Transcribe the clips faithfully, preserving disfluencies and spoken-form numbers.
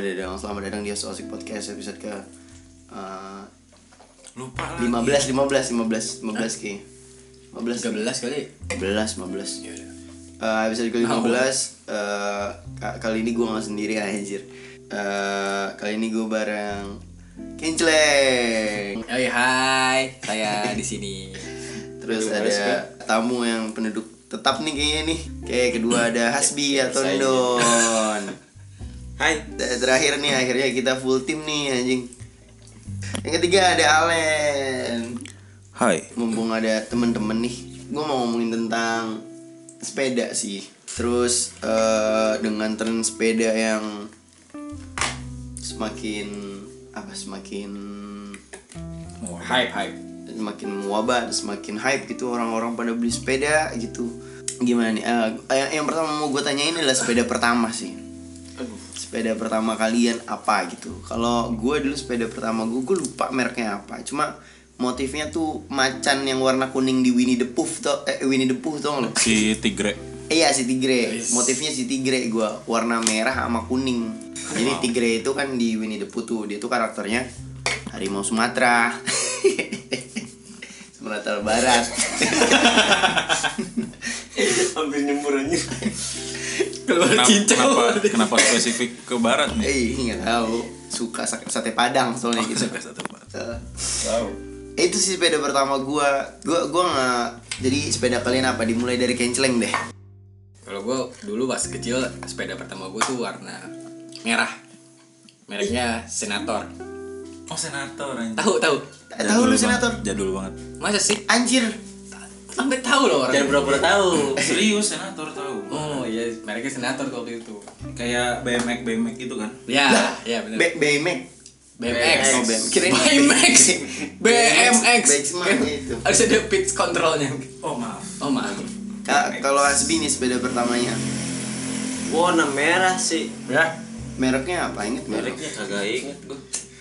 udah dong, selamat datang di So Asik Podcast episode ke uh, lupa lima belas lima belas lima belas lima belas ki lima belas tiga belas kali lima belas lima belas ya udah. Uh, episode ke lima belas uh, kali ini gue gak sendiri anjir. Uh, kali ini gue bareng Kincleng. Hai hai, saya di sini. Terus ada tamu yang penduduk tetap nih kayaknya nih. Kayak kedua ada Hasbi atau Don. Hai. Terakhir nih akhirnya kita full tim nih anjing. Yang ketiga ada Alen. Hai. Mumpung ada temen-temen nih, gue mau ngomongin tentang sepeda sih. Terus uh, dengan tren sepeda yang semakin apa semakin Hype hype. semakin mewabah, semakin hype gitu, orang-orang pada beli sepeda gitu. Gimana nih? Uh, yang, yang pertama mau gue tanyain adalah sepeda pertama sih. Sepeda pertama kalian apa gitu? Kalau gue dulu sepeda pertama gue, gue lupa mereknya apa. Cuma motifnya tuh macan yang warna kuning di Winnie the Pooh tuh, eh Winnie the Pooh tuh lo. Si Tigre. Iya si Tigre. Motifnya si Tigre gue, warna merah sama kuning. Jadi Tigre itu kan di Winnie the Pooh tuh, dia tuh karakternya harimau Sumatera. Sumatera Barat. Hampir nyembur aja. Keluar cincau. Kenapa, kenapa spesifik ke barat nih? Eh, nggak tahu. Suka sate Padang soalnya gitu. Uh, Tahu. itu sih sepeda pertama gua. Gua gua nggak. Jadi sepeda kalian apa? Dimulai dari Kincleng deh. Kalau gue dulu pas kecil sepeda pertama gue tuh warna merah. Mereknya Senator. Oh, Senator anjir. Tahu tahu. Tahu lu Senator? Jadul banget. Masa sih? Anjir. Sampai tahu loh orang. Jangan pura-pura tahu. Serius Senator tahu. Oh iya, mereknya Senator tuh waktu itu. Kayak B M X B M X gitu kan? Ya, ya benar. B- BMX. B M X. Oh, B M X. Kirain B M X. B M X. B M X mah itu. Harus ada pitch controlnya. Oh maaf. Oh maaf. Ka- kalau Hasbi nih sepeda pertamanya. Warna merah sih. Ya. Mereknya apa? Ingat merek? Mereknya kagak inget gua.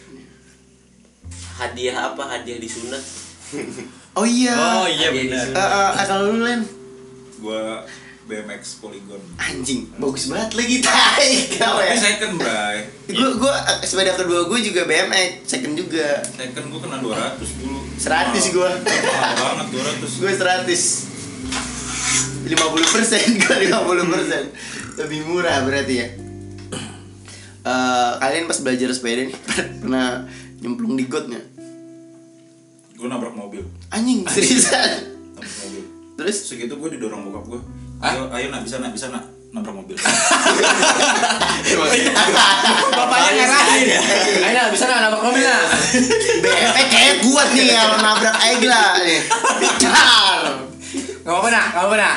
Hadiah apa? Hadiah disunat. Oh iya. Oh iya Hadiah benar. disunat. Uh, uh, asal lu Len. Gua B M X Polygon. Anjing, bagus banget lagi tai kau ya. Tapi second, Bray. Gue gue sepeda kedua gue juga B M X, second juga. Second gua kena dua ratus dulu. seratus gua. Mahal banget dua ratus. Gue seratus. lima puluh persen gue lima puluh persen. Lebih murah berarti ya. Uh, kalian pas belajar sepeda nih pernah nyemplung di got nggak? Gua nabrak mobil. Anjing seriusan. Nabrak mobil. Terus Segitu gua didorong bokap gua. Ayo, ayo nak bisa nak bisa nak nabrak mobil. Bapaknya ngarahin. Ayo bisa nggak nabrak mobil lah. B M X kayak kuat nih kalau nabrak Aigla nih. Bicar. Gak apa-apa nak, gak apa-apa nak.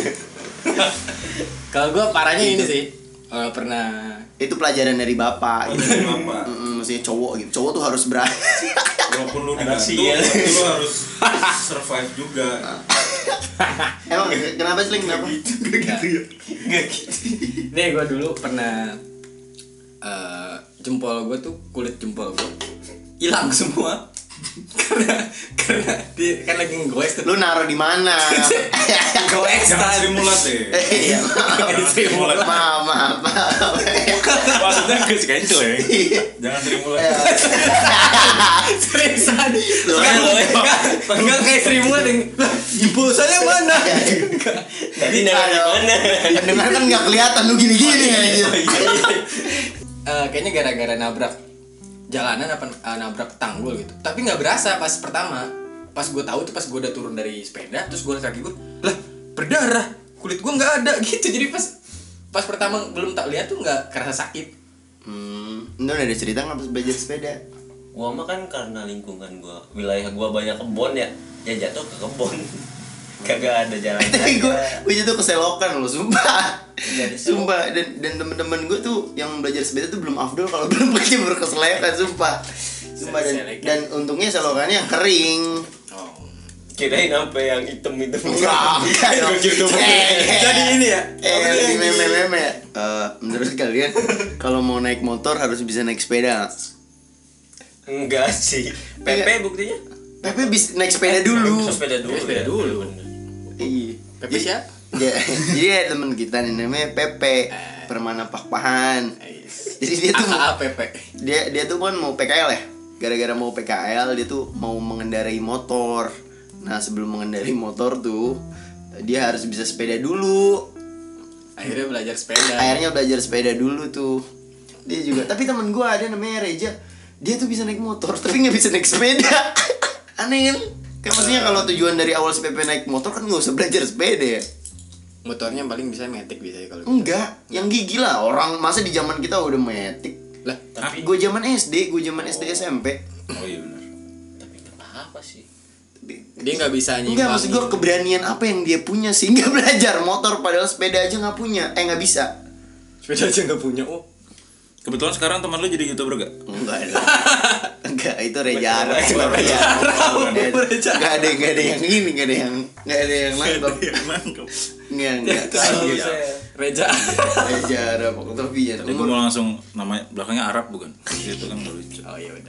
Kalau gue parahnya ini sih, uh, pernah. Itu pelajaran dari bapak. Gitu. Dari bapak. Mm-mm, maksudnya cowok gitu. Cowok tuh harus berani. Walaupun lu Anak dibantu, sial. lu harus survive juga. Emang kenapa sih kenapa? Gak gitu ya. Gak gitu. Nih gue dulu pernah uh, jempol gue tuh kulit jempol gue hilang semua. karena karena dia kan lagi ngegoes tuh. Lu naruh di mana? Goes Jangan kan. Sri Mulat deh. Iya, Jangan Sri Mulat. maaf, maaf, maaf. Maksudnya gue sih kencel ya. Jangan Sri Mulat. Seriusan. Soalnya lo Enggak kayak Sri Mulat yang jempol saya mana? Jadi naruh di mana? Pendengar kan nggak kelihatan lu gini-gini aja. Eh, kayaknya gara-gara nabrak jalanan apa uh, nabrak tanggul gitu. Tapi nggak berasa pas pertama. Pas gue tahu tuh pas gue udah turun dari sepeda, terus gue liat kaki gue, lah berdarah, kulit gue nggak ada gitu. Jadi pas pas pertama belum tak lihat tuh nggak kerasa sakit. Hmm, lu udah ada cerita nggak pas belajar sepeda? Gua mah kan karena lingkungan gua, wilayah gua banyak kebon ya. Ya jatuh ke kebon. Kagak ada jalan. Tapi gue gue jatuh keselokan loh, sumpah. Jadi Sumpah dan dan temen-temen gue tuh yang belajar sepeda tuh belum afdol kalau belum pakai berkeselokan, sumpah. Sumpah dan, dan untungnya selokannya yang kering. Oh. kirain apa yang hitam itu. Enggak, enggak dong. Jadi ini ya. Eh, di meme-meme ya. Eh, menurut kalian kalau mau naik motor harus bisa naik sepeda? Enggak sih. Pepe buktinya. Pepe bisa naik sepeda dulu. Sepeda dulu. Sepeda ya. dulu. Iya. Pepe siapa? Ya, jadi temen kita nih namanya Pepe Permana Pakpahan. Jadi dia tuh A K A P P. dia dia tuh kan mau P K L ya. Gara-gara mau P K L dia tuh mau mengendarai motor. Nah sebelum mengendarai motor tuh dia harus bisa sepeda dulu. Akhirnya belajar sepeda. Akhirnya belajar sepeda dulu tuh. Dia juga. Tapi temen gue ada namanya Reja. Dia tuh bisa naik motor tapi nggak bisa naik sepeda. Aneh kan? Kan maksudnya kalau tujuan dari awal si Pepe naik motor kan nggak usah belajar sepeda ya. Motornya paling bisa metik bisa ya kalau. Enggak, yang gigi lah orang masa di zaman kita udah metik. Lah, Tapi gue zaman S D, gue zaman S D S M P. Oh iya benar. Tapi nggak apa-apa sih. dia nggak bisa nyimbangin. Enggak, maksud gue keberanian apa yang dia punya sehingga belajar motor padahal sepeda aja nggak punya, eh nggak bisa. Sepeda aja nggak punya. Oh, Kebetulan sekarang teman lu jadi YouTuber gak? Enggak ada. Enggak, itu Reja Arab. Reja Arab. Enggak ada, enggak ada yang ini, enggak ada yang enggak ada yang nangkep. Mantap. Enggak, enggak. Serius. Reza. Reja Arab, tapi ya. Tadi gue mau langsung namanya belakangnya Arab bukan? Itu kan gak lucu. Oh iya udah.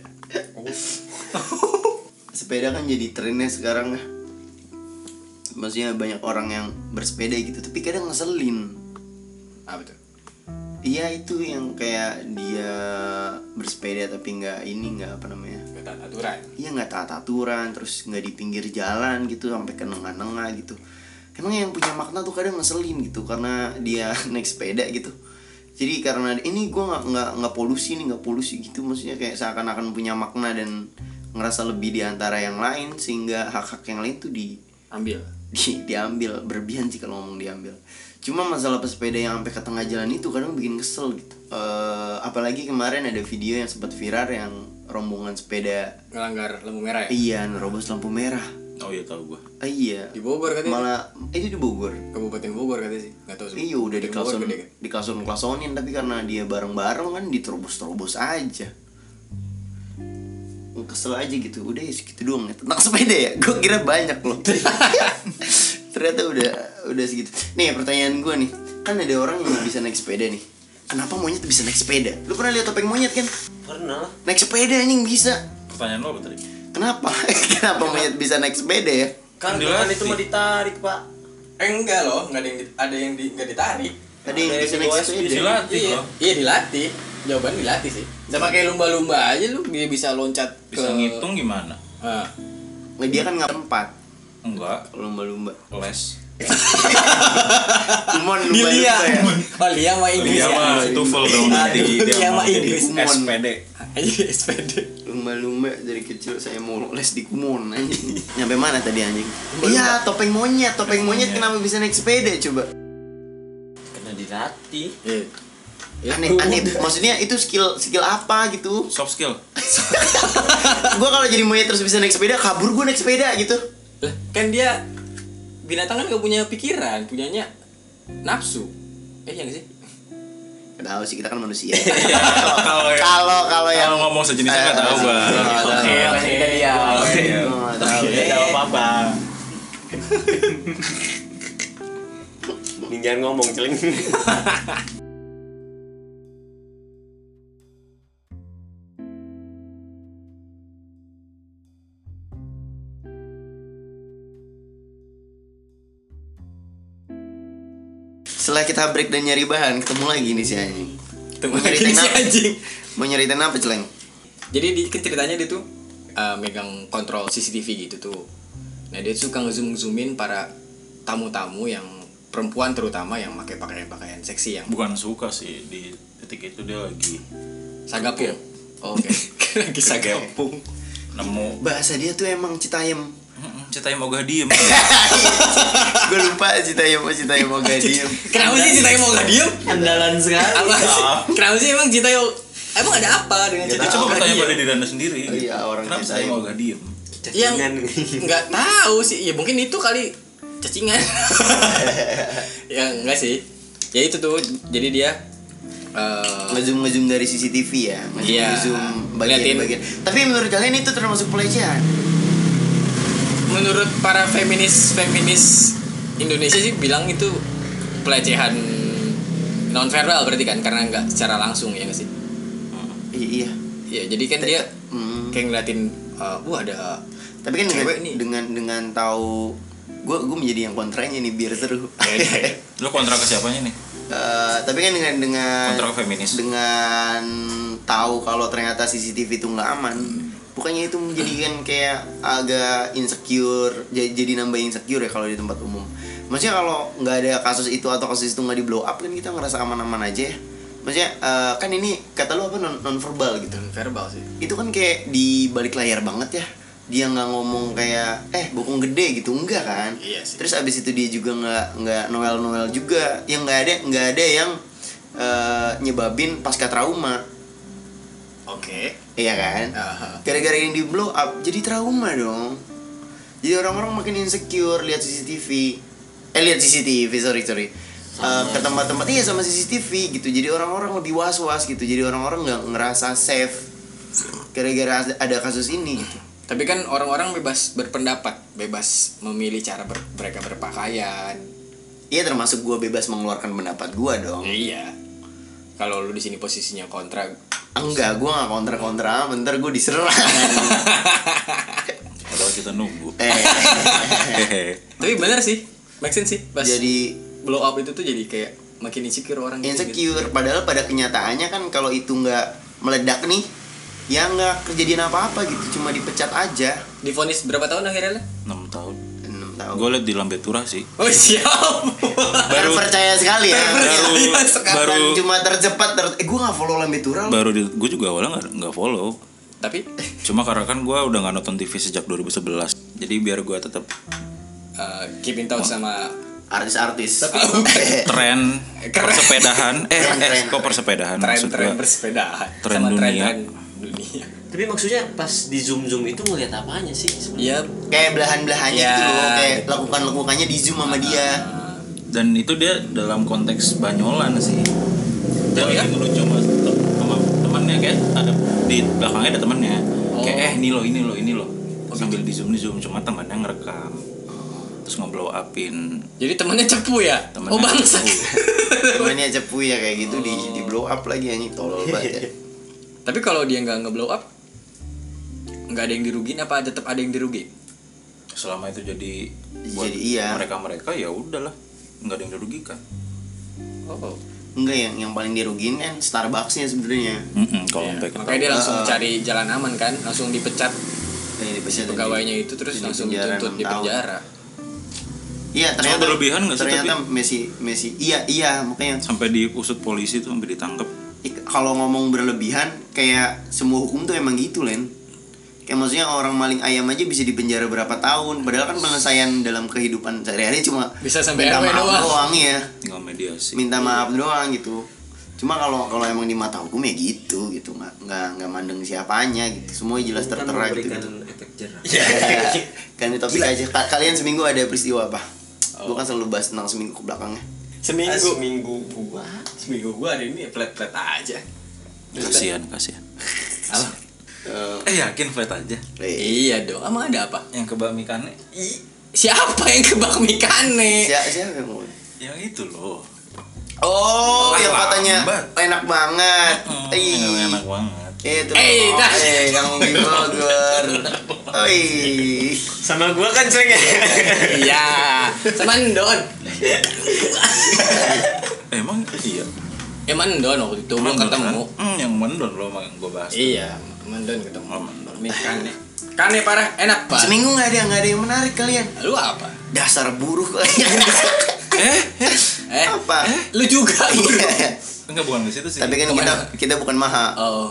Sepeda kan jadi trennya sekarang ya. Maksudnya banyak orang yang bersepeda gitu, tapi kadang ngeselin. Apa tuh? Iya itu yang kayak dia bersepeda tapi nggak ini nggak apa namanya? Nggak taat aturan. Iya nggak taat aturan, terus nggak di pinggir jalan gitu sampai ke nengah-nengah gitu. Emang yang punya makna tuh kadang ngeselin gitu karena dia naik sepeda gitu. Jadi karena ini gue nggak nggak nggak polusi nih nggak polusi gitu, maksudnya kayak seakan-akan punya makna dan ngerasa lebih di antara yang lain sehingga hak-hak yang lain tuh Ambil. di diambil, berlebihan sih kalau ngomong diambil. Cuma masalah pesepeda yang sampai ke tengah jalan itu kadang bikin kesel gitu. Uh, apalagi kemarin ada video yang sempat viral yang rombongan sepeda Ngelanggar lampu merah ya? iya nerobos lampu merah. Oh iya tahu gua. Ah, iya. Di Bogor katanya. Malah itu di Bogor. Kabupaten Bogor katanya sih. Enggak tahu sih. Iya udah di Kabupaten Bogor klason gede kan? di klason klasonin tapi karena dia bareng-bareng kan diterobos-terobos aja. Kesel aja gitu. Udah ya segitu doang ya. Tentang sepeda ya. Gue kira banyak loh. Ternyata udah udah segitu. Nih pertanyaan gue nih, kan ada orang yang bisa naik sepeda nih. Kenapa monyet bisa naik sepeda? Lu pernah lihat topeng monyet kan? Pernah. Naik sepeda anjing bisa. Pertanyaan lo apa tadi? Kenapa? Kenapa monyet bisa naik sepeda ya? Kan Kan kan dilatih. itu mah ditarik, Pak. Eh enggak loh, enggak ada yang di, ada yang di, enggak ditarik. Ada yang Ada bisa yang naik di sepeda. Dilatih Iya, loh. iya dilatih. Jawaban dilatih sih. Sama kayak lumba-lumba aja lu dia bisa loncat Bisa ke ngitung gimana? Ah. Nggak, dia kan nggak tempat. Enggak. Lumba-lumba. Les. Kumon Di lumba-lumba Lia. ya. Oh, Lia mah Inggris Dia ya. mah itu full dong nanti dia Dia mau mah jadi Inggris. S P D. Ayo S P D. Lumba-lumba dari kecil saya mau les di Kumon anjing. Nyampe mana tadi anjing? Iya, topeng monyet. Topeng monyet kenapa bisa naik sepeda coba? Karena dilatih. Iya. Aneh, aneh. Maksudnya itu skill skill apa gitu? Soft skill. Gua kalau jadi monyet terus bisa naik sepeda, kabur gua naik sepeda gitu. Lah, kan dia binatang kan gak punya pikiran, punyanya nafsu. Eh, iya gak sih? Gak tahu sih, kita kan manusia. Kalau Kalau kalau yang kalau ngomong sejenisnya nggak tahu gua. Oke, oke. Iya. Nggak tahu. Tidak apa-apa. Nih jangan ngomong, celing. Setelah kita break dan nyari bahan, ketemu lagi nih si anjing. Ketemu Mau lagi nyeritain si apa? anjing. Mau nyeritain apa, Celeng? Jadi di kan ceritanya dia tuh uh, megang kontrol C C T V gitu tuh. Nah, dia suka ngezoom-zoomin para tamu-tamu yang perempuan terutama yang pakai pakaian-pakaian seksi yang Bukan suka sih di detik itu dia lagi sagapung. Oke. Lagi sagapung. nemu Bahasa dia tuh emang Citayam. ceritanya mau gak diem. Gue lupa Citayam, Citayam mau gak diem. Kenapa sih Citayo mau gak diem? Andalan sekali. Apa sih? Kenapa sih emang Citayo? Emang ada apa dengan Nggak Citayo? tahu. Coba Nggak bertanya diem? pada diri anda sendiri. Oh iya, orang Kenapa kita saya yang- mau gak diem? Yang Cacingan. nggak tahu sih. Ya mungkin itu kali cacingan. Ya enggak sih. Ya itu tuh. Jadi dia eh, Ngezoom ngezoom dari C C T V ya. Ngezoom Iya. ngezoom Ngeliatin. bagian-bagian. Tapi menurut kalian itu termasuk pelecehan? menurut para feminis feminis Indonesia sih bilang itu pelecehan non verbal berarti kan karena nggak secara langsung ya nggak sih? Iya. Iya. Ya jadi kan dia Hmm. kayak ngeliatin uh, wah ada Tapi kan dengan cewek nih. dengan dengan tahu gue gue menjadi yang kontranya nih biar seru. Lo kontra ke siapanya nih? Uh, tapi kan dengan dengan Kontrak feminis. dengan tahu kalau ternyata C C T V itu nggak aman, bukannya itu menjadikan kayak agak insecure, jadi, jadi nambah insecure ya kalau di tempat umum. Maksudnya kalau nggak ada kasus itu atau kasus itu nggak di blow up kan kita ngerasa aman-aman aja ya. Maksudnya uh, kan ini kata lu apa non non verbal gitu. Non verbal sih. Itu kan kayak di balik layar banget ya. Dia nggak ngomong kayak eh bokong gede gitu, enggak kan? Iya sih. Terus abis itu dia juga nggak nggak noel noel juga, yang nggak ada nggak ada yang uh, nyebabin pasca trauma. Oke. Iya kan? Aha. Gara-gara ini di blow up jadi trauma dong. Jadi orang-orang makin insecure lihat C C T V. Eh lihat C C T V, sorry sorry. Uh, ke tempat-tempat iya sama C C T V gitu. Jadi orang-orang lebih was-was gitu. Jadi orang-orang nggak ngerasa safe gara-gara ada kasus ini gitu. Tapi kan orang-orang bebas berpendapat, bebas memilih cara ber- mereka berpakaian. Iya termasuk gue bebas mengeluarkan pendapat gue dong. Iya. Kalau lu di sini posisinya kontra. Enggak, gue nggak kontra-kontra. Bentar gue diserang. Padahal kita nunggu. eh. Tapi bener sih, make sense sih. Pas Jadi blow up itu tuh jadi kayak makin insecure orang. gitu. insecure. Padahal pada kenyataannya kan kalau itu nggak meledak nih, ya nggak kejadian apa-apa gitu. Cuma dipecat aja. Divonis berapa tahun akhirnya? enam tahun. enam tahun. Gue liat di Lambe Turah sih. Oh siap. Baru percaya sekali ya. Baru baru Dan cuma tercepat ter eh gue nggak follow Lambe Turah. baru di, gue juga awalnya nggak nggak follow. Tapi Cuma karena kan gue udah nggak nonton T V sejak dua ribu sebelas. Jadi biar gue tetap uh, keep in touch sama Artis-artis. tren Keren. persepedahan. Eh, Keren, eh keren. kok persepedahan maksud tren-tren gue. bersepedaan Tren sama dunia. tren-tren dunia. Tapi maksudnya pas di zoom zoom itu ngeliat apanya sih sebenarnya? Iya. Kayak belahan-belahannya Ya, gitu loh. Kayak gitu. lakukan-lakukannya di zoom sama dia. Uh, Dan itu dia dalam konteks banyolan sih. Dan Oh, ya? itu lucu mas sama temannya kayak ada di belakangnya ada temannya. Kayak Oh. eh ini lo ini lo ini lo sambil di zoom di zoom cuma temannya ngerekam terus nge-blow upin Jadi temennya cepu ya? Temennya Oh bangsa. cepu. Temannya cepu ya kayak gitu di di blow up lagi anjing tolol banget ya. Tapi kalau dia nggak nge-blow up, nggak ada yang dirugiin apa tetap ada yang dirugiin? selama itu jadi buat Jadi iya. mereka mereka ya udahlah nggak ada yang dirugikan. Oh. Enggak, yang yang paling dirugiin kan Starbucksnya sebenarnya. Mm-mm, kalau Ya, sampai makanya dia langsung Uh, cari jalan aman kan, langsung dipecat Kayak di si pegawainya itu terus di langsung penjara dituntut enam di tahun. penjara. Iya ternyata berlebihan nggak sih, ternyata tapi? Messi Messi iya iya makanya sampai diusut polisi tuh sampai ditangkap. ik- kalau ngomong berlebihan kayak semua hukum tuh emang gitu Len. Kayak maksudnya orang maling ayam aja bisa dipenjara berapa tahun, padahal kan penyelesaian dalam kehidupan sehari-hari cuma Bisa sampai minta R W maaf doang. doang ya, Tinggal mediasi. minta maaf doang gitu. Cuma kalau kalau emang di mata hukum ya gitu gitu nggak nggak nggak mandeng siapanya gitu, semua jelas Bukan tertera gitu. memberikan gitu. efek jerah. Kan di topik aja. Ka- Kalian seminggu ada peristiwa apa? Oh. Gue kan selalu bahas tentang seminggu ke belakangnya. Seminggu. Ah, seminggu gua. Seminggu gua hari ini flat-flat aja. Kasihan kasihan. Apa? Eh, Eh yakin flat aja. eh, Iya dong. Emang ada apa? Yang kebakmi kane. I- siapa yang kebak mikane? siapa siapa yang mau? Yang itu loh. Oh, yang katanya lambat. enak banget. Hmm, Ih. enak banget. Itu. Eh, oh, dah. eh, kamu di Bogor. Oi. Sama gua kan sering ya. Iya. Sama Ndon. Eh, emang iya. Emang Ndon waktu itu belum Mendon, ketemu. kan? Hmm, yang mendon loh yang gue bahas. Iya, Mendon ketemu. Oh, Mendon. Mikane. Kane parah, enak pak. Seminggu nggak ada nggak ada yang menarik kalian. Lu apa? Dasar buruh kalian. Eh, eh. Eh, Apa? lu juga. Iya. Enggak bukan ke situ sih. Tapi kan kita Kemana? kita bukan maha. Oh.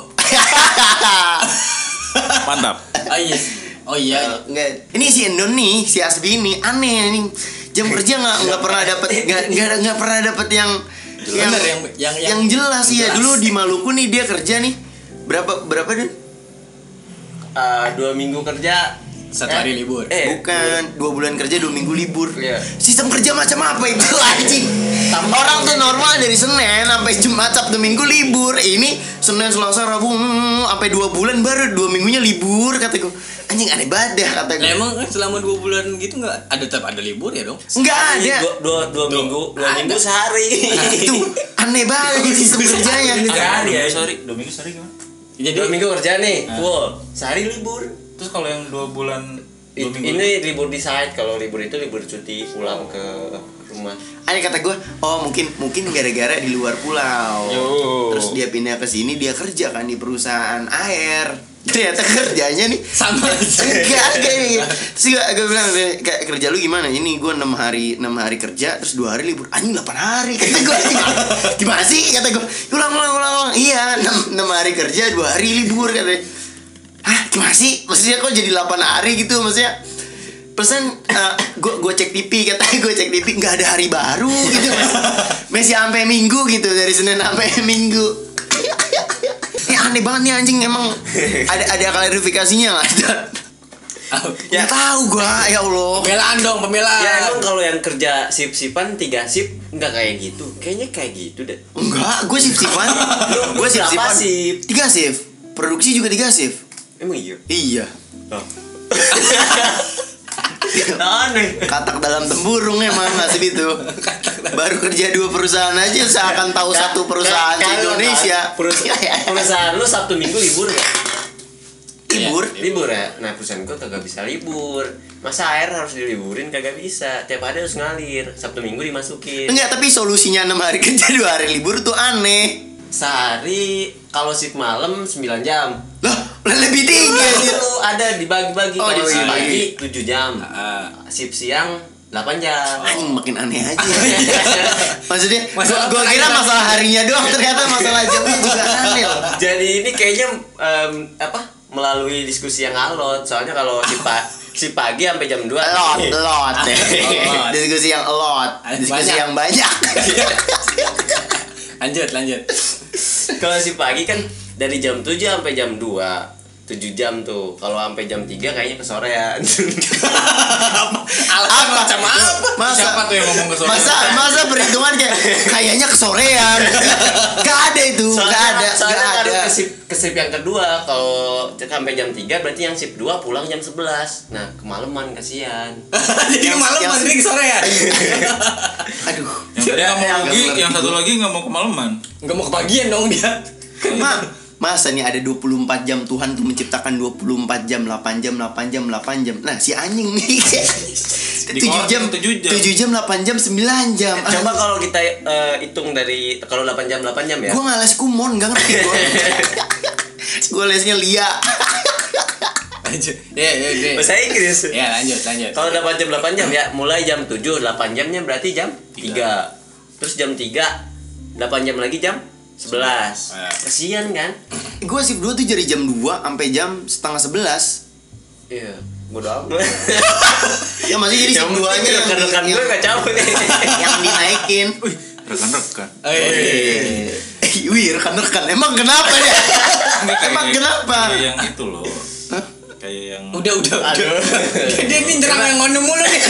Mantap. Oh iya. Oh iya. Enggak. Ini si Endon nih, si Asbi ini aneh nih. Jam kerja nggak nggak pernah dapat nggak nggak nggak pernah dapat yang yang, Bener, yang- yang- yang jelas ya. jelas. Dulu di Maluku nih dia kerja nih berapa berapa Dan? Ah, dua minggu kerja. Satu hari libur. Eh, Bukan dua bulan kerja dua minggu libur. Iya. Sistem kerja macam apa itu anjing? Orang tuh normal dari Senin sampai Jumat Sabtu Minggu libur. Ini Senin Selasa Rabu hmm, sampai dua bulan baru dua minggunya libur kataku. Anjing aneh banget dah kataku. Lah emang kan selama dua bulan gitu nggak ada tetap ada libur ya dong? Enggak ada. Dua, dua, dua minggu, dua ada. minggu sehari. Itu aneh banget sistem kerjanya. Sehari ya. Sehari, dua minggu sehari gimana? Jadi Dua minggu kerja nih, full. Sehari libur. Terus kalau yang dua bulan I- ini libur di site, kalau libur itu libur cuti pulang ke rumah. Ada kata gue, oh mungkin mungkin gara-gara di luar pulau. Yo. Terus dia pindah ke sini, dia kerja kan di perusahaan air. Ternyata kerjanya nih Sama aja. enggak kayak terus gue, gue bilang kayak kerja lu gimana? Ini gue enam hari enam hari kerja terus dua hari libur. Anjing delapan hari kata gue. Gimana, gimana sih kata gue? Ulang ulang ulang ulang. Iya, enam hari kerja dua hari libur katanya. Hah, gimana sih? Maksudnya kok jadi delapan hari gitu maksudnya? Pesan uh, gue gue cek T V katanya gue cek T V nggak ada hari baru gitu masih, masih sampai minggu gitu dari Senin sampai Minggu. Ya aneh banget nih anjing emang ada ada klarifikasinya nggak ada? Ya tahu gue ya Allah. Pembelaan dong, pembelaan. Ya emang kalau yang kerja sip-sipan tiga sip nggak kayak gitu. Kayaknya kayak gitu deh. Enggak, gue sip sipan. Gue sip Berapa sipan. sip? Tiga shift. Produksi juga tiga shift. Emang iya? Iya. Oh. Aneh. Katak dalam tempurung emang nasib itu. Baru kerja dua perusahaan aja seakan tahu satu perusahaan di Indonesia. Perusahaan, perusahaan lu Sabtu Minggu libur nggak? Libur. Libur ya? Nah perusahaan gua kagak bisa libur. Masa air harus diliburin kagak bisa. Tiap hari harus ngalir. Sabtu Minggu dimasukin. Enggak, tapi solusinya enam hari kerja dua hari libur tuh aneh. Sehari kalau shift malam sembilan jam. Lah, lebih tinggi anjir. Itu ada dibagi-bagi. Oh, Kalau shift dibagi. pagi tujuh jam. Ah. Shift siang delapan jam. Anjing makin aneh aja. Maksudnya Masalah gua, gua kira terakhir. masalah harinya doang, ternyata masalah jamnya juga aneh loh. Jadi ini kayaknya em, apa melalui diskusi yang alot. Soalnya kalau si pa si pagi sampai jam dua Lot, lot. Lot. Diskusi yang lot, diskusi Banyak. yang banyak. Lanjut, lanjut. Kalau si pagi kan dari jam tujuh sampai jam dua tujuh jam tuh. Kalau sampai jam tiga kayaknya kesorean. Alasan macam apa? Masa, Siapa tuh yang ngomong ke sore? Masa masa perhitungan kayak kayaknya kesorean. Gak ada itu, gak ada, soalnya gak kan ada. ke sip, ke sip yang kedua kalau sampai jam tiga berarti yang sip dua pulang jam sebelas. Nah, kemalaman kasihan. Jadi Yang- malam yang- mandi sore ya? Aduh. Yang tadi nggak mau Yang lagi, ngerti. yang satu lagi nggak mau kemalaman. Enggak mau kebagian dong dia. Ma, masa nih ada dua puluh empat jam Tuhan tuh menciptakan dua puluh empat jam, delapan jam, delapan jam, delapan jam. Nah, si anjing nih tujuh jam, tujuh jam. tujuh jam, delapan jam, sembilan jam. Coba kalau kita eh, hitung dari kalau delapan jam delapan jam ya. Gue nggak les kumon, nggak ngerti gue. Gue lesnya Lia. Lanjut. Ya, ya, ya. Bahasa Inggris. Ya, lanjut, lanjut. Kalau delapan jam delapan jam ya, mulai jam tujuh, delapan jamnya berarti jam tiga. Terus jam tiga, delapan jam lagi jam sebelas. Ah. Kasihan kan? Gue shift dua tuh dari jam dua sampai jam setengah sebelas. Iya, bodo amat. Ya masih jadi shift dua aja yang, rekan-rekan yang, gue gak capek. yang dinaikin. Wih, rekan-rekan. Eh, Eh, wih, rekan-rekan. Emang kenapa ya? Enggak, kayak- Emang kenapa? Kayak yang itu loh. Kayak yang udah, udah, udah. Aduh. Dia ini nyerang yang ngono mulu nih.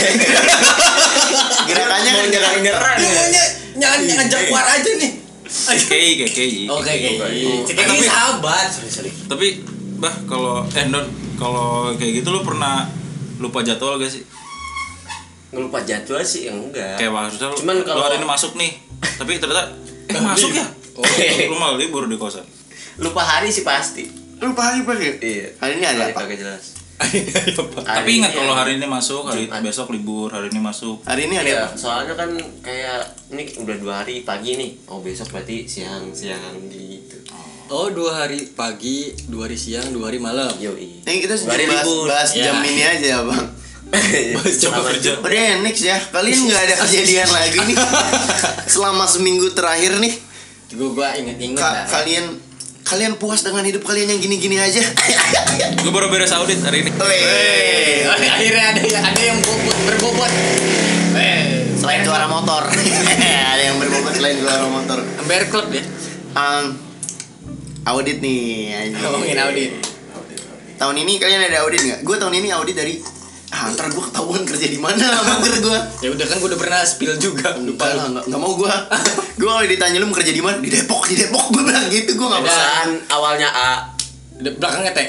Gerakannya kan nyerang nyerang. Dia maunya nyanyi ngajak keluar aja nih. Kei, kayak Kei. Oke, oke. Cek Tapi- ini sahabat. Tapi, bah, kalau eh non, kalau kayak gitu lu pernah lupa jadwal gak sih? Ngelupa jadwal sih enggak. Kayak maksudnya lu, Cuman lu kalau- hari ini masuk nih, tapi ternyata eh masuk ya? Oh. Lu malah libur di kosan. lupa hari sih pasti. lupa hari apa sih? Iya. Hari ini ada Hari apa? kagak jelas. Tapi ingat ini kalau ya. hari ini masuk, hari Jumat. besok libur, hari ini masuk. Hari ini ada Iya, apa? soalnya kan kayak ini udah dua hari pagi nih. Oh besok berarti siang siang gitu. Oh, dua hari pagi, dua hari siang, dua hari malam. Yoi. Nih kita Dua hari bahas, libur. bahas Ya. jam ini aja ya bang. Coba Sama- kerja. Udah ya, next ya. Kalian nggak ada kejadian lagi nih selama seminggu terakhir nih. Gue gua inget-inget Ka- lah. kalian kalian puas dengan hidup kalian yang gini-gini aja? Gue baru beres audit hari ini. Weh, Eh, akhirnya ada yang ada yang bobot berbobot. Eh, selain juara motor, ada yang berbobot selain juara motor. Bear Club ya. Um, audit nih. anjing. Ngomongin audit. Tahun ini kalian ada audit nggak? Gue tahun ini audit dari ah, ntar gue ketahuan kerja di mana, mager gue. Ya udah kan gue udah pernah spill juga. Lupa lah, nggak nggak mau gue. Gue kalau ditanya lu mau kerja di mana? Di Depok, di Depok. Gue bilang gitu, gue nggak Ada. bisa. Perusahaan awalnya A. Udah belakangnya teh.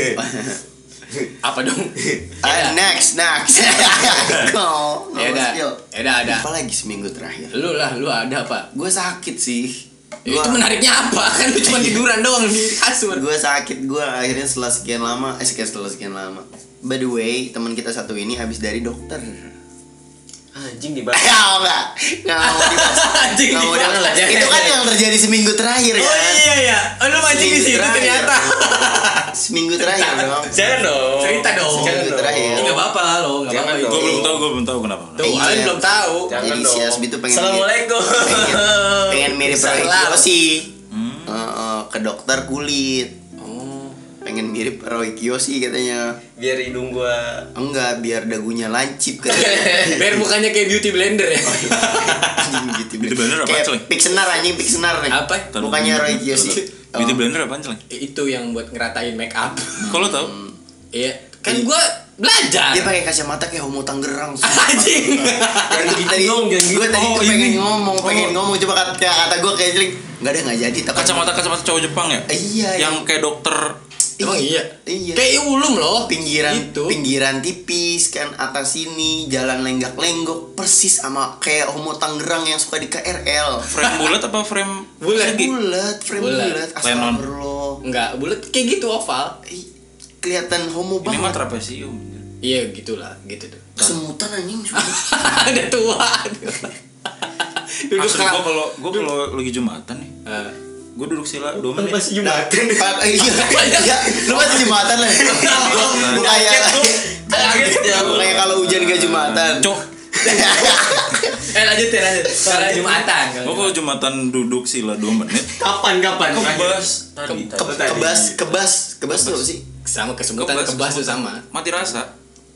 Apa dong? Ah, next, next. Go. Ya udah. Ya udah ada. Apa lagi seminggu terakhir? Lu lah, lu ada apa? Gue sakit sih. Ya, itu menariknya apa? Kan lu cuma tiduran doang di kasur. Gue sakit, gue akhirnya setelah sekian lama, eh setelah sekian lama. By the way, teman kita satu ini habis dari dokter. Anjing dibahas. Ya enggak, enggak mau dibahas. Anjing Nggak mau dibahas. dibahas. Itu kan yang terjadi seminggu terakhir Oh kan. iya ya. Oh, lu mancing di Seminggu situ terakhir. ternyata. Seminggu terakhir dong. Jangan dong. Cerita dong. Jangan Seminggu dong. terakhir. Ini enggak apa-apa lo, enggak Jangan apa-apa. dong. Gue itu. belum tahu, gue belum tahu kenapa. Tuh, Iya. kalian belum tahu. Jangan Jadi si dong. Asbi tuh pengen Assalamualaikum. pengen, pengen mirip Roy Salam. Kiyoshi. Hmm. Eh, eh, ke dokter kulit. Oh. Pengen mirip Roy Kiyoshi katanya. Biar hidung gua Enggak, biar dagunya lancip katanya. Biar bukannya kayak beauty blender ya. Anjing gitu. Beauty blender apa, Kayak Coy? Pixenar anjing, Pixenar nih. Apa? Bukannya Roy Kiyoshi. Beauty Oh. blender apaan celeng? Itu yang buat ngeratain make up. Kok lo tau? Iya, kan gua belajar. Dia pakai kacamata kayak homo Tangerang. Anjing. Jangan gitu dong, jangan gitu. Gue tadi Oh, tuh pengen ini. ngomong, pengen Oh. ngomong coba kata kata gue kayak jeling. Enggak ada enggak jadi tapi Kacamata kacamata cowok Jepang ya? Iya, Yang kayak dokter. Emang iya? Iya. Kayak ulum loh. pinggiran Itu. pinggiran tipis kan atas sini jalan lenggak-lenggok persis sama kayak homo Tangerang yang suka di K R L. Frame bulat apa frame Bulat. persegi? Bulat, frame Bulat. bulat. Lenon. Astagfirullah. Enggak, bulat kayak gitu oval. Ih, kelihatan homo Ini mah banget. trapesium. Iya, gitulah, gitu tuh. Semutan anjing. Ada tua. Duduk Asli gue kap- kalau gue kalau lagi jumatan nih, Eh, gue duduk sila dua menit. Masih jumatan. Pak, iya, iya, lu masih jumatan lah. Gue kayak Kaget ya. gua kayak kalau hujan gak jumatan. Cok, eh lanjut ya lanjut. Karena Jumatan. gue kalau jumatan duduk sila dua menit. Kapan kapan? Kebas Ke, tadi. ke, kebas, kebas, kebas tuh apa sih? Sama kesemutan kebas tuh sama. Mati rasa.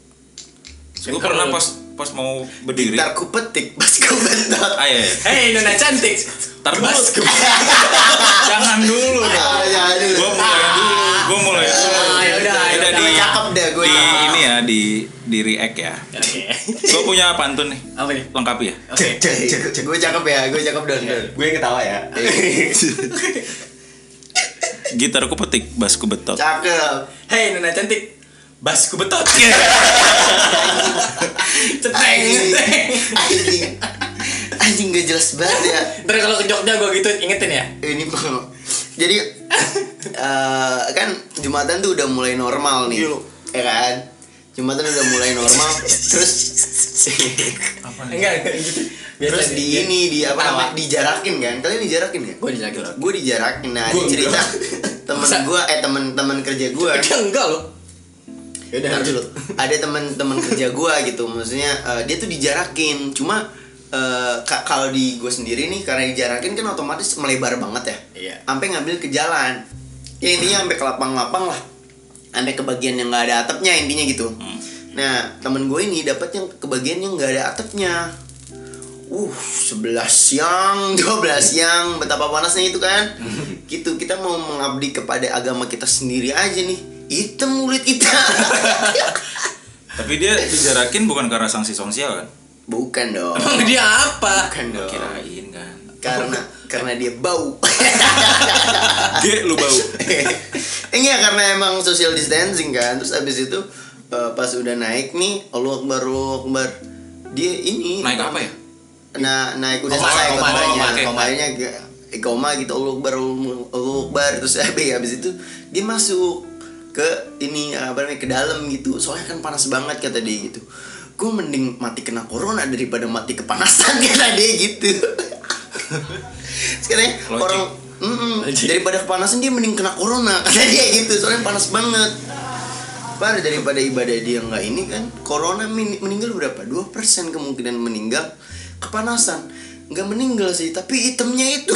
Gue Kalau- pernah pas pas mau berdiri. Ntar ku petik, pas ku bentot. Ah, iya, iya. Hei Nona cantik. Tar Kebas dulu. kebas. Jangan dulu dong. Ah, jangan dulu. Gue mulai dulu. Gue mulai dulu. Ah, yaudah, Udah yaudah. di Cakep deh gue. di ini ya di di react ya. Oke. Gue punya pantun nih. Apa nih? Lengkapi ya. Oke. Gue cakep ya, gue cakep dan. Gue yang ketawa ya. Gitarku petik, basku betot. Cakep. Hei Nona cantik. Basku betot. Ceteng, Anjing, ceteng. anjing, anjing gak jelas banget ya. Ntar kalau ke Jogja gue gitu ingetin ya. Ini bang. Jadi eh, kan Jumatan tuh udah mulai normal nih, ya kan? Jumatan udah mulai normal, terus Enggak, enggak gitu. terus di ini di apa Ketawa. namanya dijarakin kan? Kalian dijarakin ya? Gue dijagain. Gue dijarakin. Nah, Gua di cerita enggak. temen Masa? gue, eh temen-temen kerja gue. Dia enggak loh. Yaudah Ntar lanjut. dulu. Ada teman-teman kerja gue gitu, maksudnya eh, dia tuh dijarakin. Cuma eh, ka- kalau di gue sendiri nih karena dijarakin kan otomatis melebar banget ya. Iya. Sampai ngambil ke jalan. Ya intinya sampai ke lapang-lapang lah. Sampai ke bagian yang nggak ada atapnya intinya gitu. Nah temen gue ini dapat yang ke bagian yang nggak ada atapnya. Uh, sebelas siang, dua belas siang, betapa panasnya itu kan. Gitu, kita mau mengabdi kepada agama kita sendiri aja nih. Hitam kulit kita. Tapi dia dijarakin bukan karena sanksi sosial kan? Bukan dong. Emang dia apa? Bukan dong. Kirain kan. Karena karena dia bau. Ge lu bau. Enggak, karena emang social distancing kan. Terus abis itu eh, pas udah naik nih, Allahu Akbar, Allahu Akbar. Dia ini Naik apa ya? Nah, naik udah Koma, selesai koma, komanya. koma, oke. Komanya ge- koma gitu, Allahu Akbar, Allahu Akbar. Terus abis, abis itu dia masuk ke ini apa namanya, ke dalam gitu. Soalnya kan panas banget kata dia gitu. Gue mending mati kena corona daripada mati kepanasan kata dia gitu. Sekarang Logik. orang mm-mm, Logik. daripada kepanasan dia mending kena corona kata dia gitu. Soalnya panas banget. Padahal daripada ibadah dia nggak ini kan, corona min- meninggal berapa? dua persen kemungkinan meninggal. Kepanasan nggak meninggal sih, tapi itemnya itu.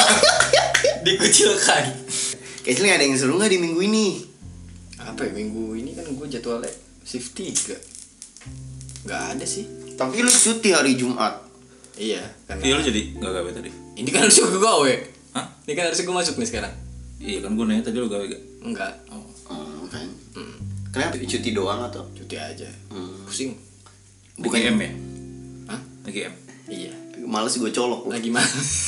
Dikucilkan. Kayaknya ada yang seru nggak di minggu ini? Apa ya minggu ini kan gue jadwalnya shift tiga. Gak ada sih. Tapi lu cuti hari Jumat. Iya, karena Iya lu jadi gak gawe tadi? ini kan harusnya gue gawe. Hah? Ini kan harusnya gue masuk nih sekarang. Iya kan gue nanya tadi lu gawe gak? Enggak. Oh. Oh, kan. Hmm. Kenapa cuti doang atau? Cuti aja. Hmm. Pusing. Bukan M ya? Hah? Lagi M. Iya. Males gue colok. Lagi mana?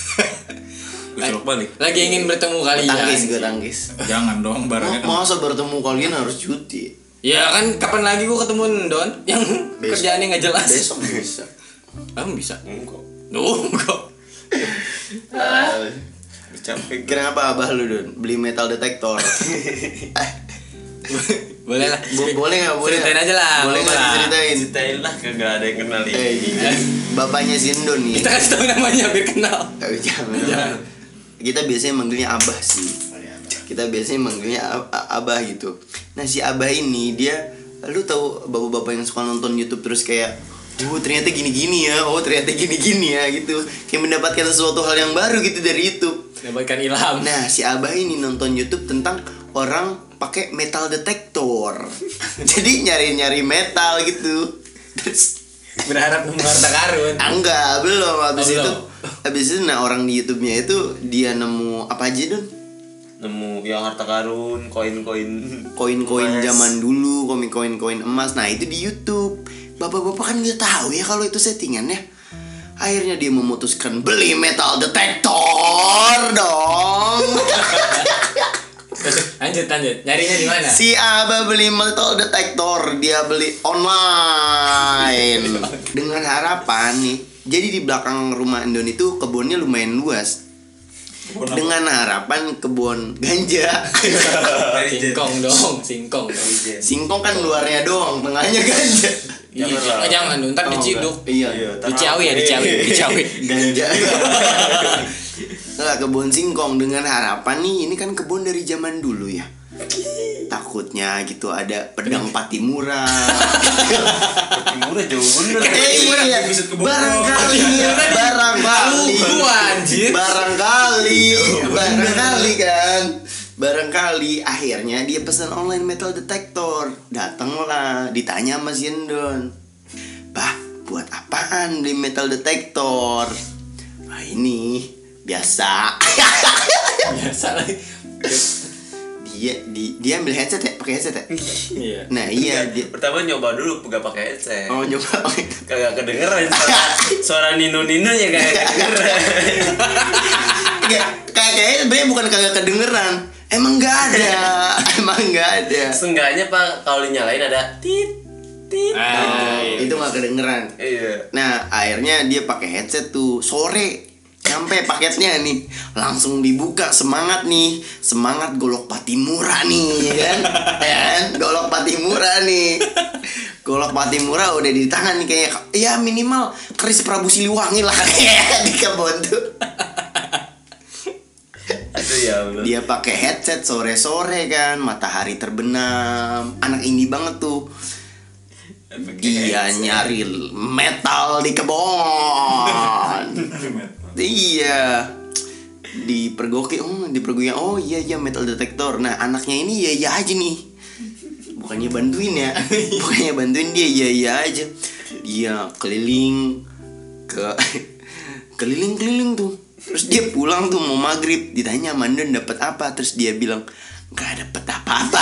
Gue colok balik. Lagi ingin bertemu kalian. Tangkis gue tangkis. Jangan dong barangnya kan. Masa bertemu kalian harus cuti? Ya kan kapan lagi gue ketemu Don yang Besok. kerjaannya nggak jelas. Besok bisa. Kamu bisa? Enggak. Oh, enggak. Capek. Kenapa abah lu Don beli metal detektor? Boleh lah. Bo- boleh nggak boleh? Ceritain aja lah. Boleh nggak Lah. diceritain? Ceritain lah, kagak ada yang kenal Eh, ini. bapaknya si Endon nih. Kita kasih tahu namanya biar kenal. Eh, jangan. Kita biasanya manggilnya abah sih. Kita biasanya manggilnya ab- abah gitu. Nah si abah ini dia, lu tahu bapak-bapak yang suka nonton YouTube terus kayak, oh ternyata gini-gini ya, oh ternyata gini-gini ya gitu, kayak mendapatkan sesuatu hal yang baru gitu dari YouTube. Dapatkan ilham. Nah si abah ini nonton YouTube tentang orang pakai metal detektor. Jadi nyari-nyari metal gitu. Terus Berharap nemu harta karun. ah, enggak belum habis Oh, itu belum. habis itu nah orang di YouTube-nya itu dia nemu apa aja Don? Nemu yang harta karun, koin-koin. Koin-koin emas. zaman dulu, koin koin-koin emas. Nah itu di YouTube. Bapak-bapak kan nggak tahu ya kalau itu settingannya. Akhirnya dia memutuskan beli metal detektor dong. Lanjut lanjut. Nyarinya di mana? Si Abah beli metal detektor, dia beli online dengan harapan nih. Jadi di belakang rumah Endon itu kebunnya lumayan luas. Dengan harapan kebun ganja. Singkong dong, singkong dong. Singkong kan luarnya doang, tengahnya ganja. Iya, Jangan lah. jangan dong, ntar Oh, diciduk. Iya. Di Ciawi ya, di Ciawi, di Ciawi. Ganja. Nggak, kebun singkong dengan harapan nih, ini kan kebun dari zaman dulu ya. Takutnya gitu ada pedang Patimura. Murah jauh bener. Eh, iya. Barangkali, barangkali, Gua anjir. barangkali, barangkali kan, barangkali akhirnya dia pesan online metal detector. Datanglah, ditanya sama si Endon, bah, buat apaan beli metal detector? Nah ini biasa. Biasa lagi. dia di dia ambil headset ya, pakai headset ya. Iya. Nah iya dia. Pertama nyoba dulu gak pakai headset. Oh nyoba. Kagak kedengeran suara, suara nino-nino nya kagak kedengeran. Kayak kayaknya sebenarnya bukan kagak kedengeran. Emang nggak ada. Emang nggak ada. Seenggaknya Pak kalau dinyalain ada tit tit. Ah, iya. Itu nggak kedengeran. Iya. Nah akhirnya dia pakai headset tuh sore. Nyampe paketnya nih, langsung dibuka, semangat nih, semangat golok Patimura nih, ya kan? Ya kan? Golok Patimura nih, golok Patimura udah di tangan nih kayak, ya minimal keris Prabu Siliwangi lah di kebun tuh. Aduh ya Allah. Dia pakai headset sore-sore kan, matahari terbenam, anak indie banget tuh. Dia nyari metal di kebun. Iya, dipergoki, oh dipergoki, oh iya iya metal detektor. Nah anaknya ini ya iya aja nih, bukannya bantuin ya, bukannya bantuin dia iya iya aja. Dia keliling ke keliling-keliling tuh, terus dia pulang tuh mau maghrib, ditanya Mandon dapat apa, terus dia bilang nggak dapet apa-apa.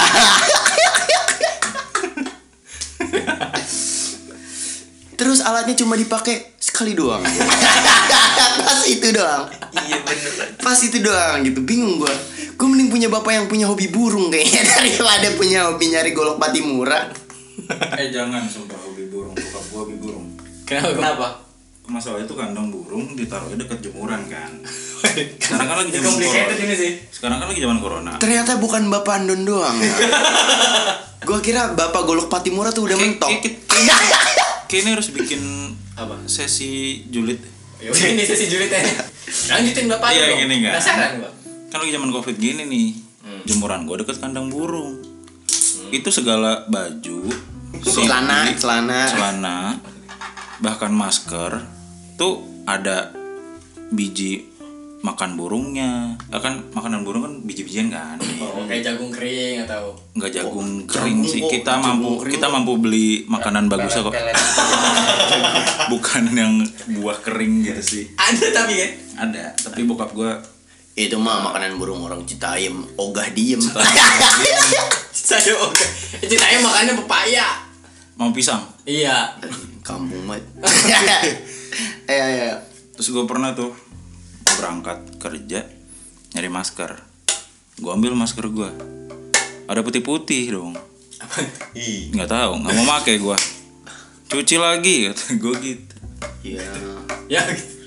Terus alatnya cuma dipakai sekali doang. Pas itu doang. Iya bener. Pas itu doang gitu. Bingung gua. Gua mending punya bapak yang punya hobi burung kayaknya daripada punya hobi nyari golok Patimura. Eh jangan sumpah hobi burung, bokap gua hobi burung. Kenapa? Kenapa? Masalah itu kandang burung ditaruhnya dekat jemuran kan. Sekarang kan lagi zaman Complicated corona. ini sih. Sekarang kan lagi zaman corona. Ternyata bukan bapak Andon doang. Ya. Gua kira bapak golok Patimura tuh udah mentok. Kayaknya harus bikin Apa? sesi julid. Ya udah ini sesi julid aja. Lanjutin bapak Iya, dong. gini nggak? Penasaran gua. Kan lagi zaman covid gini nih. Hmm. Jemuran gua deket kandang burung. Itu segala baju, Celana, sipit, celana. celana, bahkan masker tuh ada biji makan burungnya. Ya kan makanan burung kan biji-bijian kan. Oh, kayak jagung kering atau Nggak jagung Oh, kering jagung sih. kok, Kita jagung mampu kering kita kok. mampu beli makanan bagusnya kok. Pelet-pelet. Bukan yang buah kering gitu sih. ada tapi kan? Ada, tapi bokap gua Itu mah makanan burung orang Citayam, ogah diem. Saya oke. Ceritanya makannya pepaya. mau pisang. Iya. Kampung banget. Iya iya. Terus gue pernah tuh berangkat kerja nyari masker. Gue ambil masker gue. Ada putih-putih dong. Ih. Nggak tahu, nggak mau pakai gue. Cuci lagi kata gue gitu. Iya. Ya.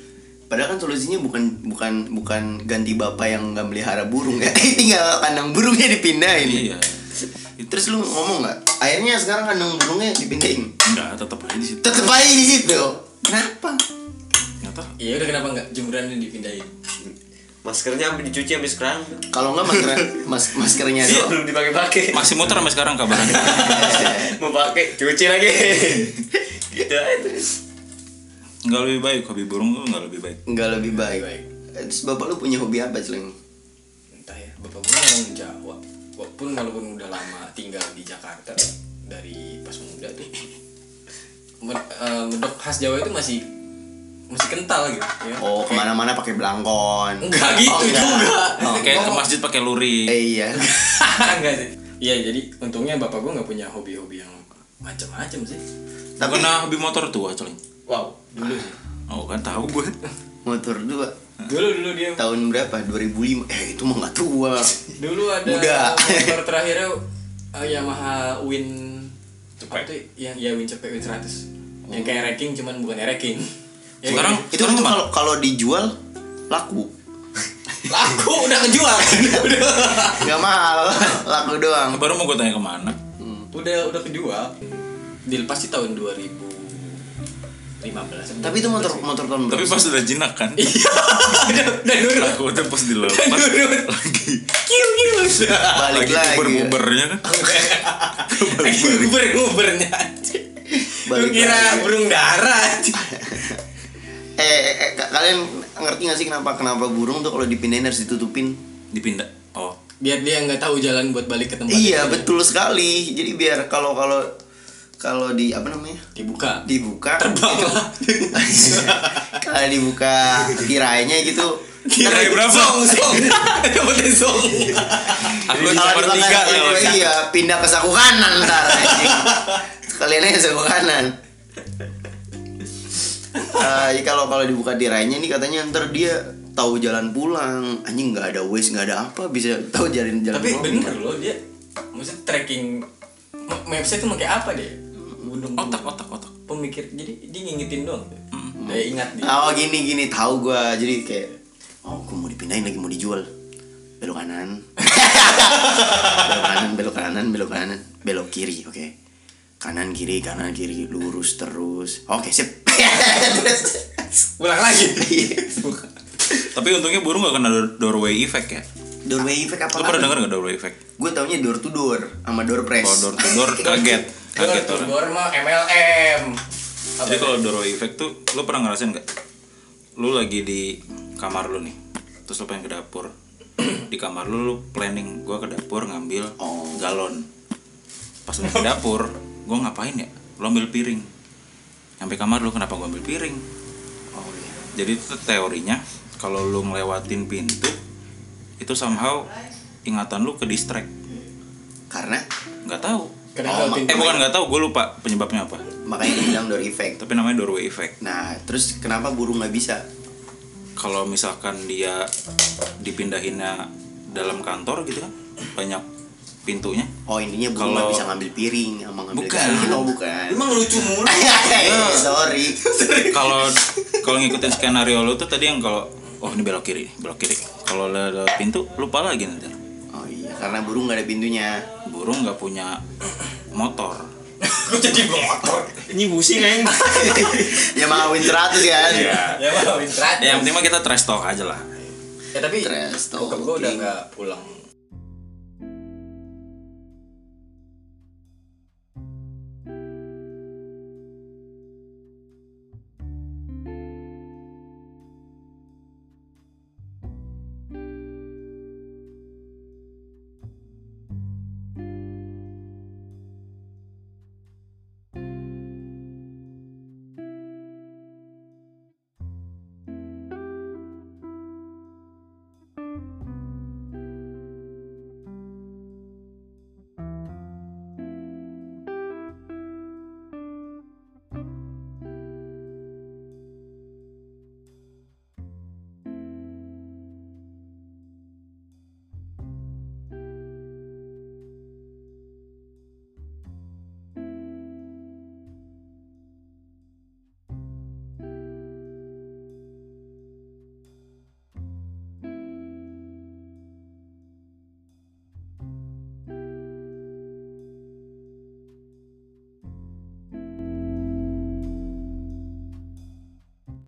Padahal kan solusinya bukan bukan bukan ganti bapak yang nggak melihara burung ya, tinggal kandang burungnya dipindahin. Iya. Terus lu ngomong nggak? Akhirnya sekarang kandang burungnya dipindahin. Enggak, tetap aja di situ. Tetep aja di situ. Kenapa? Enggak tahu. Iya udah, kenapa nggak jemurannya dipindahin? Maskernya sampai dicuci sampai sekarang. Kalau nggak masker mas maskernya Iya, doang. belum dipakai-pakai. Masih muter sampai sekarang kabarnya. Mau pakai, cuci lagi. Gitu aja. Enggak lebih baik hobi burung tuh enggak lebih baik. Nggak lebih baik. Baik. Terus bapak lu punya hobi apa Celeng? Entah ya, bapak gue orang Jawa. Walaupun walaupun udah lama tinggal di Jakarta dari pas muda tuh, med- eh, medok khas Jawa itu masih masih kental gitu. Ya. Oh, kemana-mana pakai belangkon. Enggak gitu Oh, enggak. juga. Oh, Kayak ke masjid pakai lurik. eh, iya. Enggak sih. Iya, jadi untungnya bapak gue nggak punya hobi-hobi yang macam-macam sih. Tapi kena hobi motor tua, Celeng. Wow, dulu sih. Oh, kan tahu gue. Motor dua. Dulu dulu dia. Tahun berapa? dua ribu lima. Eh, itu mah nggak tua. Dulu ada Muda. motor terakhirnya uh, Yamaha Win apa tuh yang ya Win cepet Win seratus. Yang kayak racking cuman bukan racking. Ya, Sekarang itu itu kalau kalau dijual laku. laku udah kejual. udah Nggak mahal, laku doang. Baru mau gue tanya kemana. udah udah kejual. Dilepas di tahun dua ribu lima belas. Tapi itu motor motor tahun Tapi berapa? pas udah jinak kan. udah udah nurut. Aku udah pas dilepas Nurut. lagi. Kiu kiu. Balik Lagi lagi. nguber-ngubernya kan. Nguber-ngubernya. Lu Balik kira lagi. burung darat. Eh, eh, eh, ka- kalian ngerti nggak sih kenapa kenapa burung tuh kalau dipindahin harus ditutupin? Dipindah. Oh. Biar dia nggak tahu jalan buat balik ke tempat. Iya, itu. betul sekali. Jadi biar kalau kalau kalau di apa namanya? Dibuka. Dibuka. Terbang lah. Kalau dibuka tirainya gitu. Tirai berapa? Song, song. Dapetin song. Aku Kalau nomor dibuka tiga iya, lewat. iya, pindah ke saku kanan ntar anjing. Kalian aja saku kanan. Eh, kalau kalau dibuka tirainya nih katanya ntar dia tahu jalan pulang. Anjing nggak ada Waze, nggak ada apa, bisa tahu jalan jalan Tapi pulang. bener loh dia. Maksudnya tracking ma- Mapsnya tuh pakai apa deh? Gunung. Otak, otak, otak. Pemikir. Jadi dia ngingetin doang. Dia ingat dia. Oh gini gini tahu gua, jadi kayak oh gua mau dipindahin lagi, mau dijual, belok kanan belok kanan belok kanan belok kanan belok kiri, oke, kanan kiri kanan kiri lurus terus, oke sip. Ulang lagi. Tapi untungnya burung gak kena door- doorway effect ya. Doorway effect apa? Lu pernah denger gak doorway effect? Gue taunya door to door sama door press. Kalau door to door kaget. Kaget orang. Door mah M L M. Jadi kalau doorway effect tuh lu pernah ngerasain gak? Lu lagi di kamar lu nih. Terus lu pengen ke dapur. Di kamar lu lu planning gua ke dapur ngambil Oh. galon. Pas lu ke dapur, gua ngapain ya? Lu ambil piring. Sampai kamar lu kenapa gua ambil piring? Oh iya. Jadi itu tuh teorinya kalau lu ngelewatin pintu itu somehow ingatan lu ke distract. Karena Nggak tahu. Kenapa Oh, pintu? Eh bukan nggak tahu, gue lupa penyebabnya apa. makanya dibilang door effect. Tapi namanya doorway effect. Nah terus kenapa burung nggak bisa? Kalau misalkan dia dipindahinnya dalam kantor gitu kan, banyak pintunya. Oh intinya burung Kalau- nggak bisa ngambil piring sama ngambil Bukan. galon. Oh bukan. Emang lucu mulu. Sorry. Kalau kalau ngikutin skenario lu tuh tadi yang kalau oh ini belok kiri, belok kiri. Kalau lewat pintu lupa lagi nanti. Oh iya karena burung nggak ada pintunya. Burung nggak punya motor. Gue jadi motor. Ini busi kayaknya. Ya mau win seratus kan. Ya mau istirahat. Ya yang penting mah kita trash talk aja lah. Ya tapi Trash bokap gue udah talking. nggak pulang